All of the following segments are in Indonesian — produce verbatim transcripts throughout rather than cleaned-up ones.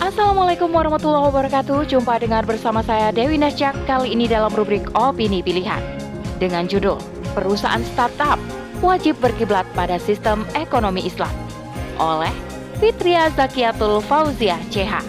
Assalamualaikum warahmatullahi wabarakatuh. Jumpa dengar bersama saya Dewi Nasjak kali ini dalam rubrik Opini Pilihan dengan judul Perusahaan Startup Wajib Berkiblat pada Sistem Ekonomi Islam oleh Fitria Zakiatul Fauziah C H.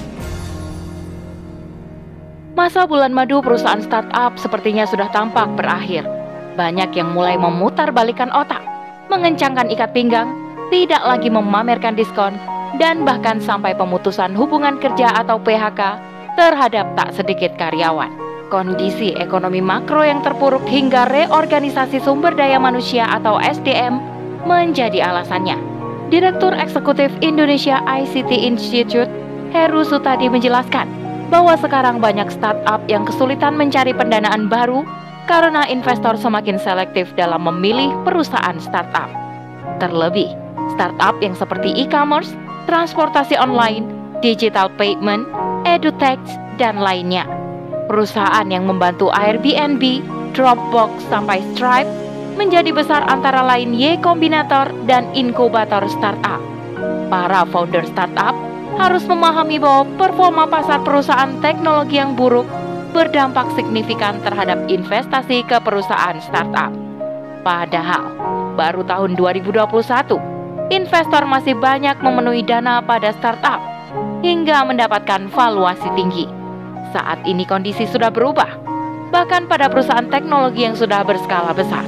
Masa bulan madu perusahaan startup sepertinya sudah tampak berakhir. Banyak yang mulai memutarbalikkan otak, mengencangkan ikat pinggang, tidak lagi memamerkan diskon, dan bahkan sampai pemutusan hubungan kerja atau P H K terhadap tak sedikit karyawan. Kondisi ekonomi makro yang terpuruk hingga reorganisasi sumber daya manusia atau S D M menjadi alasannya. Direktur Eksekutif Indonesia I C T Institute, Heru Sutadi menjelaskan bahwa sekarang banyak startup yang kesulitan mencari pendanaan baru karena investor semakin selektif dalam memilih perusahaan startup. Terlebih, startup yang seperti e-commerce, transportasi online, digital payment, edutech, dan lainnya. Perusahaan yang membantu Airbnb, Dropbox, sampai Stripe menjadi besar antara lain Y Combinator dan inkubator startup. Para founder startup harus memahami bahwa performa pasar perusahaan teknologi yang buruk berdampak signifikan terhadap investasi ke perusahaan startup. Padahal, baru tahun dua ribu dua puluh satu, investor masih banyak memenuhi dana pada startup hingga mendapatkan valuasi tinggi. Saat ini kondisi sudah berubah, bahkan pada perusahaan teknologi yang sudah berskala besar.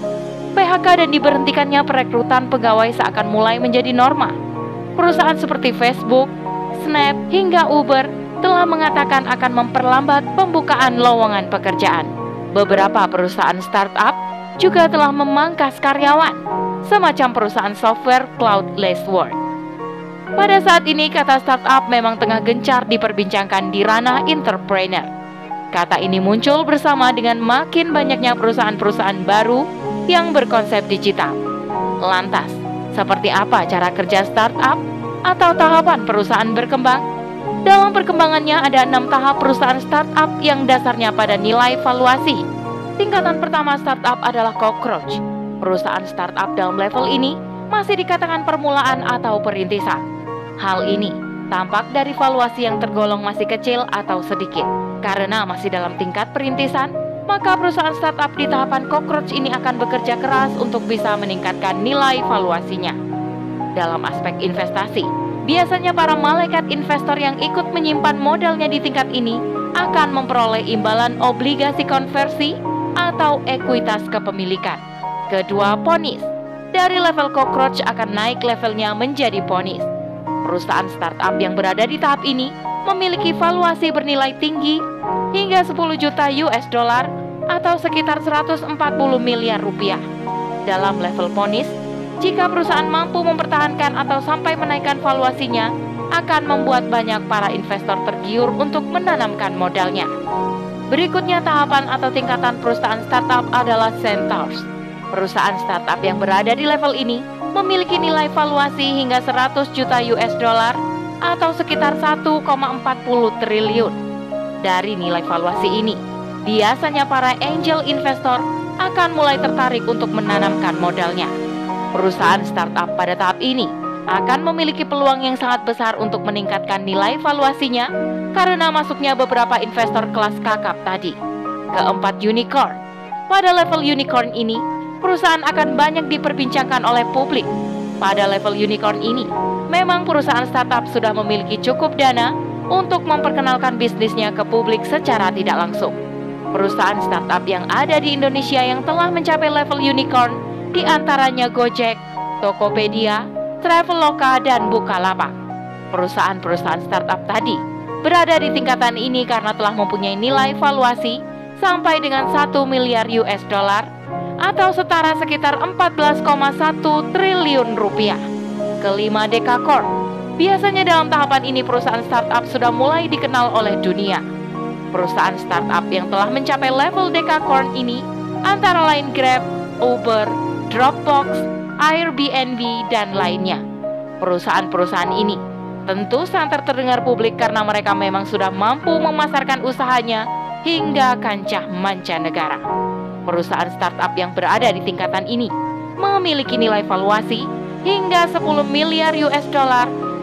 P H K dan diberhentikannya perekrutan pegawai seakan mulai menjadi norma. Perusahaan seperti Facebook, Snap, hingga Uber telah mengatakan akan memperlambat pembukaan lowongan pekerjaan. Beberapa perusahaan startup juga telah memangkas karyawan, semacam perusahaan software Cloudless World. Pada saat ini kata startup memang tengah gencar diperbincangkan di ranah entrepreneur. Kata ini muncul bersama dengan makin banyaknya perusahaan-perusahaan baru yang berkonsep digital. Lantas, seperti apa cara kerja startup atau tahapan perusahaan berkembang? Dalam perkembangannya ada enam tahap perusahaan startup yang dasarnya pada nilai valuasi. Tingkatan pertama startup adalah cockroach. Perusahaan startup dalam level ini masih dikatakan permulaan atau perintisan. Hal ini tampak dari valuasi yang tergolong masih kecil atau sedikit. Karena masih dalam tingkat perintisan, maka perusahaan startup di tahapan cockroach ini akan bekerja keras untuk bisa meningkatkan nilai valuasinya. Dalam aspek investasi, biasanya para malaikat investor yang ikut menyimpan modalnya di tingkat ini akan memperoleh imbalan obligasi konversi atau ekuitas kepemilikan. Kedua, ponis. Dari level cockroach akan naik levelnya menjadi ponis. Perusahaan startup yang berada di tahap ini memiliki valuasi bernilai tinggi hingga sepuluh juta U S dollar atau sekitar seratus empat puluh miliar rupiah. Dalam level ponis, jika perusahaan mampu mempertahankan atau sampai menaikkan valuasinya, akan membuat banyak para investor tergiur untuk menanamkan modalnya. Berikutnya tahapan atau tingkatan perusahaan startup adalah Centaurs. Perusahaan startup yang berada di level ini memiliki nilai valuasi hingga seratus juta U S dollar atau sekitar satu koma empat nol triliun. Dari nilai valuasi ini, biasanya para angel investor akan mulai tertarik untuk menanamkan modalnya. Perusahaan startup pada tahap ini akan memiliki peluang yang sangat besar untuk meningkatkan nilai valuasinya karena masuknya beberapa investor kelas kakap tadi. Keempat, unicorn. Pada level unicorn ini, perusahaan akan banyak diperbincangkan oleh publik. Pada level unicorn ini, memang perusahaan startup sudah memiliki cukup dana untuk memperkenalkan bisnisnya ke publik secara tidak langsung. Perusahaan startup yang ada di Indonesia yang telah mencapai level unicorn di antaranya Gojek, Tokopedia, Traveloka, dan Bukalapak. Perusahaan-perusahaan startup tadi berada di tingkatan ini karena telah mempunyai nilai valuasi sampai dengan satu miliar U S dollar atau setara sekitar empat belas koma satu triliun rupiah. Kelima, Dekakorn. Biasanya dalam tahapan ini perusahaan startup sudah mulai dikenal oleh dunia. Perusahaan startup yang telah mencapai level Dekakorn ini antara lain Grab, Uber, Dropbox, Airbnb, dan lainnya. Perusahaan-perusahaan ini tentu sangat terdengar publik karena mereka memang sudah mampu memasarkan usahanya hingga kancah mancanegara. Perusahaan startup yang berada di tingkatan ini memiliki nilai valuasi hingga sepuluh miliar U S dollar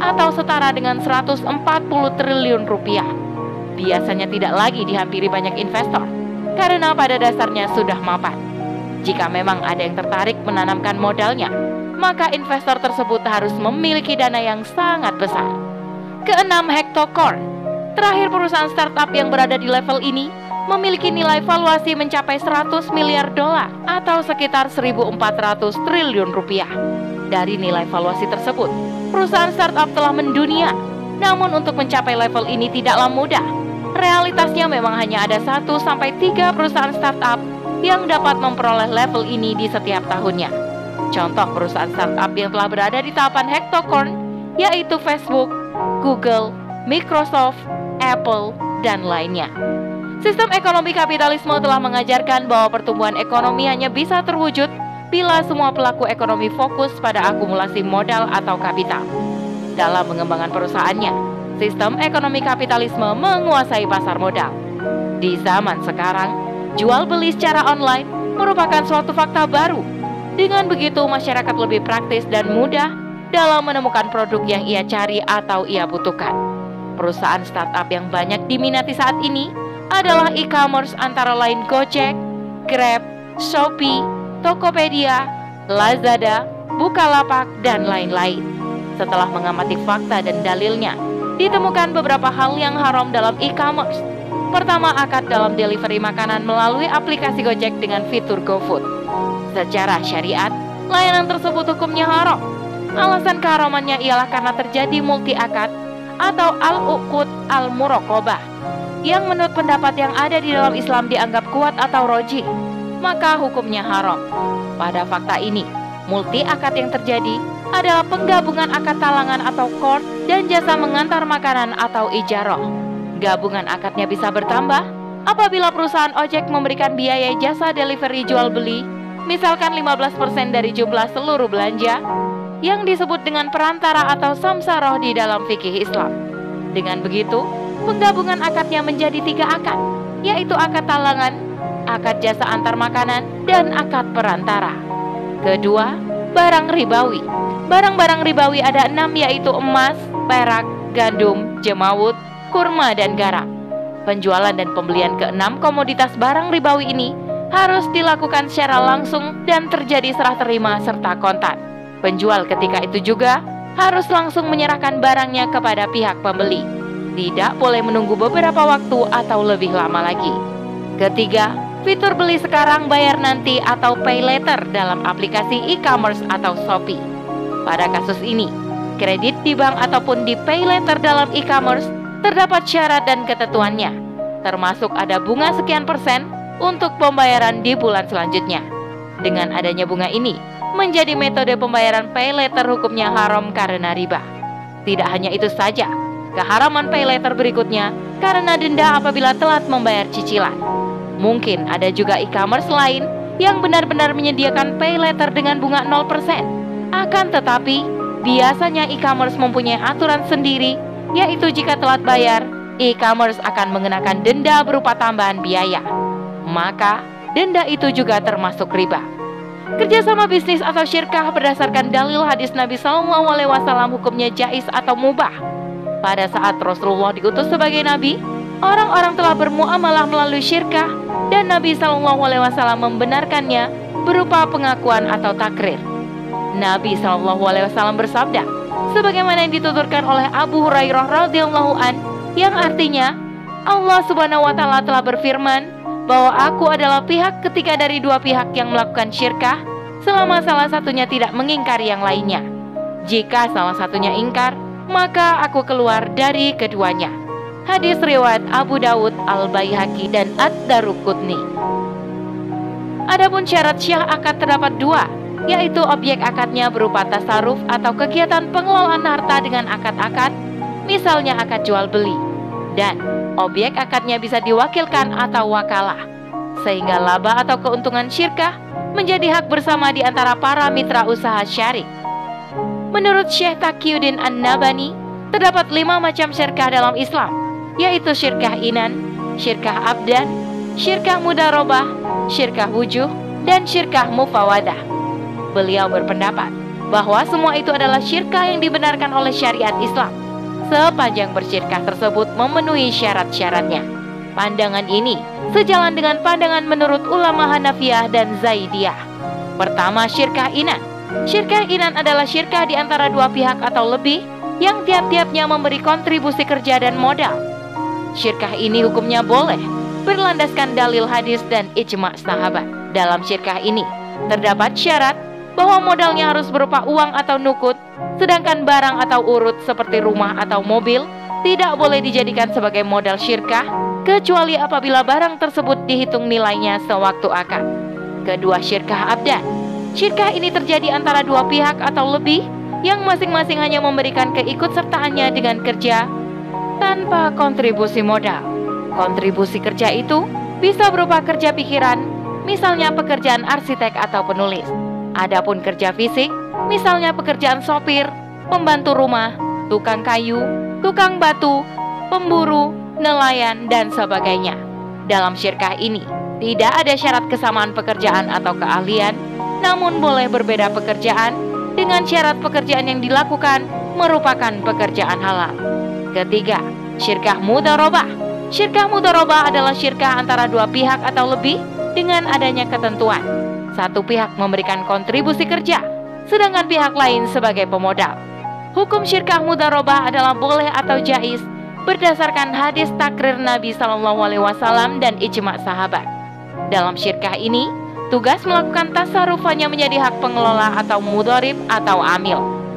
atau setara dengan seratus empat puluh triliun rupiah. Biasanya tidak lagi dihampiri banyak investor karena pada dasarnya sudah mapan. Jika memang ada yang tertarik menanamkan modalnya, maka investor tersebut harus memiliki dana yang sangat besar. Keenam, Hectocorn. Terakhir, perusahaan startup yang berada di level ini memiliki nilai valuasi mencapai seratus miliar dolar atau sekitar seribu empat ratus triliun rupiah. Dari nilai valuasi tersebut, perusahaan startup telah mendunia. Namun untuk mencapai level ini tidaklah mudah. Realitasnya memang hanya ada satu sampai tiga perusahaan startup yang dapat memperoleh level ini di setiap tahunnya. Contoh perusahaan startup yang telah berada di tahapan Hectocorn yaitu Facebook, Google, Microsoft, Apple, dan lainnya. Sistem ekonomi kapitalisme telah mengajarkan bahwa pertumbuhan ekonomi hanya bisa terwujud bila semua pelaku ekonomi fokus pada akumulasi modal atau kapital. Dalam mengembangkan perusahaannya, sistem ekonomi kapitalisme menguasai pasar modal. Di zaman sekarang, jual beli secara online merupakan suatu fakta baru. Dengan begitu, masyarakat lebih praktis dan mudah dalam menemukan produk yang ia cari atau ia butuhkan. Perusahaan startup yang banyak diminati saat ini adalah e-commerce antara lain Gojek, Grab, Shopee, Tokopedia, Lazada, Bukalapak, dan lain-lain. Setelah mengamati fakta dan dalilnya, ditemukan beberapa hal yang haram dalam e-commerce. Pertama, akad dalam delivery makanan melalui aplikasi Gojek dengan fitur GoFood. Secara syariat, layanan tersebut hukumnya haram. Alasan keharamannya ialah karena terjadi multi-akad atau al-uqud al-muraqabah, yang menurut pendapat yang ada di dalam Islam dianggap kuat atau roji, maka hukumnya haram. Pada fakta ini, multi-akad yang terjadi adalah penggabungan akad talangan atau qard dan jasa mengantar makanan atau ijarah. Gabungan akadnya bisa bertambah apabila perusahaan ojek memberikan biaya jasa delivery jual beli, misalkan lima belas persen dari jumlah seluruh belanja, yang disebut dengan perantara atau samsaroh di dalam fikih Islam. Dengan begitu, penggabungan akadnya menjadi tiga akad, yaitu akad talangan, akad jasa antar makanan, dan akad perantara. Kedua, barang ribawi. Barang-barang ribawi ada enam, yaitu emas, perak, gandum, jemawut, kurma, dan garam. Penjualan dan pembelian keenam komoditas barang ribawi ini harus dilakukan secara langsung dan terjadi serah terima serta kontan. Penjual ketika itu juga harus langsung menyerahkan barangnya kepada pihak pembeli. Tidak boleh menunggu beberapa waktu atau lebih lama lagi. Ketiga, fitur beli sekarang bayar nanti atau pay later dalam aplikasi e-commerce atau Shopee. Pada kasus ini, kredit di bank ataupun di pay later dalam e-commerce terdapat syarat dan ketentuannya, termasuk ada bunga sekian persen untuk pembayaran di bulan selanjutnya. Dengan adanya bunga ini, menjadi metode pembayaran pay later hukumnya haram karena riba. Tidak hanya itu saja, keharaman pay later berikutnya karena denda apabila telat membayar cicilan. Mungkin ada juga e-commerce lain yang benar-benar menyediakan pay later dengan bunga nol persen. Akan tetapi, biasanya e-commerce mempunyai aturan sendiri, yaitu jika telat bayar, e-commerce akan mengenakan denda berupa tambahan biaya. Maka, denda itu juga termasuk riba. Kerjasama bisnis atau syirkah berdasarkan dalil hadis Nabi shallallahu alaihi wasallam hukumnya jaiz atau mubah. Pada saat Rasulullah diutus sebagai Nabi, orang-orang telah bermuamalah melalui syirkah dan Nabi shallallahu alaihi wasallam membenarkannya berupa pengakuan atau takrir. Nabi shallallahu alaihi wasallam bersabda, sebagaimana yang dituturkan oleh Abu Hurairah radhiyallahu an, yang artinya Allah subhanahu wa ta'ala telah berfirman bahwa aku adalah pihak ketiga dari dua pihak yang melakukan syirkah selama salah satunya tidak mengingkari yang lainnya. Jika salah satunya ingkar, maka aku keluar dari keduanya. Hadis riwayat Abu Dawud, Al-Baihaqi, dan Ad-Daruqutni. Adapun syarat syah akad terdapat dua, yaitu objek akadnya berupa tasarruf atau kegiatan pengelolaan harta dengan akad-akad, misalnya akad jual beli, dan objek akadnya bisa diwakilkan atau wakalah, sehingga laba atau keuntungan syirkah menjadi hak bersama di antara para mitra usaha syarik. Menurut Syekh Taqiyuddin An-Nabani, terdapat lima macam syirkah dalam Islam, yaitu syirkah inan, syirkah abdan, syirkah mudarobah, syirkah wujuh, dan syirkah mufawadah. Beliau berpendapat bahwa semua itu adalah syirkah yang dibenarkan oleh syariat Islam, sepanjang bersyirkah tersebut memenuhi syarat-syaratnya. Pandangan ini sejalan dengan pandangan menurut ulama Hanafiyah dan Zaidiyah. Pertama, syirkah inan. Syirkah inan adalah syirkah di antara dua pihak atau lebih yang tiap-tiapnya memberi kontribusi kerja dan modal. Syirkah ini hukumnya boleh, berlandaskan dalil hadis dan ijma' sahabat. Dalam syirkah ini terdapat syarat bahwa modalnya harus berupa uang atau nukut, sedangkan barang atau urut seperti rumah atau mobil tidak boleh dijadikan sebagai modal syirkah, kecuali apabila barang tersebut dihitung nilainya sewaktu akad. Kedua, syirkah abdan. Syirkah ini terjadi antara dua pihak atau lebih yang masing-masing hanya memberikan keikutsertaannya dengan kerja tanpa kontribusi modal. Kontribusi kerja itu bisa berupa kerja pikiran, misalnya pekerjaan arsitek atau penulis. Adapun kerja fisik, misalnya pekerjaan sopir, pembantu rumah, tukang kayu, tukang batu, pemburu, nelayan, dan sebagainya. Dalam syirkah ini, tidak ada syarat kesamaan pekerjaan atau keahlian, namun boleh berbeda pekerjaan dengan syarat pekerjaan yang dilakukan merupakan pekerjaan halal. Ketiga, syirkah mudharabah. Syirkah mudharabah adalah syirkah antara dua pihak atau lebih dengan adanya ketentuan. Satu pihak memberikan kontribusi kerja, sedangkan pihak lain sebagai pemodal. Hukum syirkah mudharabah adalah boleh atau jais berdasarkan hadis takrir Nabi Shallallahu Alaihi Wasallam dan ijma' sahabat. Dalam syirkah ini, tugas melakukan tasarruf hanya menjadi hak pengelola atau mudharib atau amil.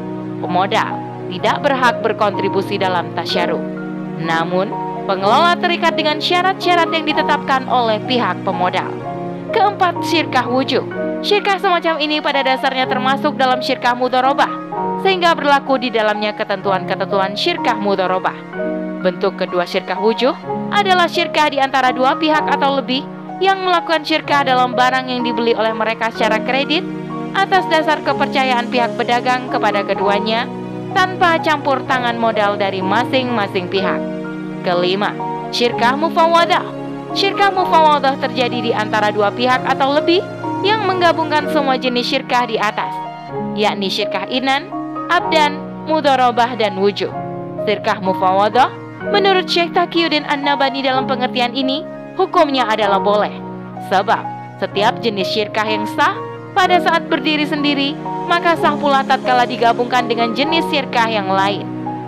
Pemodal tidak berhak berkontribusi dalam tasyaruf. Namun, pengelola terikat dengan syarat-syarat yang ditetapkan oleh pihak pemodal. Keempat, syirkah wujuh. Syirkah semacam ini pada dasarnya termasuk dalam syirkah mudharabah, sehingga berlaku di dalamnya ketentuan-ketentuan syirkah mudharabah. Bentuk kedua syirkah wujuh adalah syirkah di antara dua pihak atau lebih yang melakukan syirkah dalam barang yang dibeli oleh mereka secara kredit atas dasar kepercayaan pihak pedagang kepada keduanya tanpa campur tangan modal dari masing-masing pihak. Kelima, syirkah mufawadah. Syirkah mufawadah terjadi di antara dua pihak atau lebih yang menggabungkan semua jenis syirkah di atas, yakni syirkah inan, abdan, mudharabah, dan wujuh. Syirkah mufawadah menurut Syekh Taqiyuddin An-Nabhani dalam pengertian ini hukumnya adalah boleh, sebab setiap jenis syirkah yang sah pada saat berdiri sendiri maka sah pula tatkala digabungkan dengan jenis syirkah yang lain.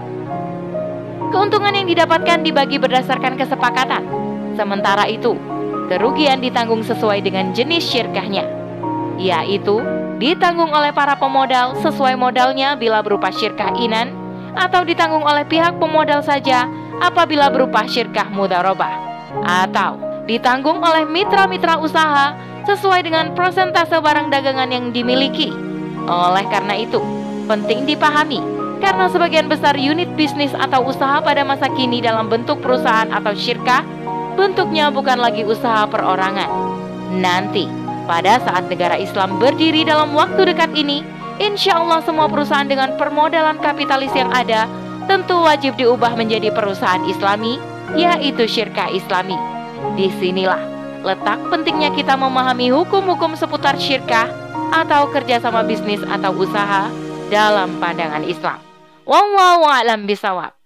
Keuntungan yang didapatkan dibagi berdasarkan kesepakatan. Sementara itu, kerugian ditanggung sesuai dengan jenis syirkahnya, yaitu ditanggung oleh para pemodal sesuai modalnya bila berupa syirkah inan, atau ditanggung oleh pihak pemodal saja apabila berupa syirkah mudharabah, atau ditanggung oleh mitra-mitra usaha sesuai dengan persentase barang dagangan yang dimiliki. Oleh karena itu, penting dipahami, karena sebagian besar unit bisnis atau usaha pada masa kini dalam bentuk perusahaan atau syirkah, bentuknya bukan lagi usaha perorangan. Nanti, pada saat negara Islam berdiri dalam waktu dekat ini, insya Allah semua perusahaan dengan permodalan kapitalis yang ada tentu wajib diubah menjadi perusahaan Islami, yaitu syirkah Islami. Disinilah letak pentingnya kita memahami hukum-hukum seputar syirkah atau kerjasama bisnis atau usaha dalam pandangan Islam. Wallahu a'lam bishawab.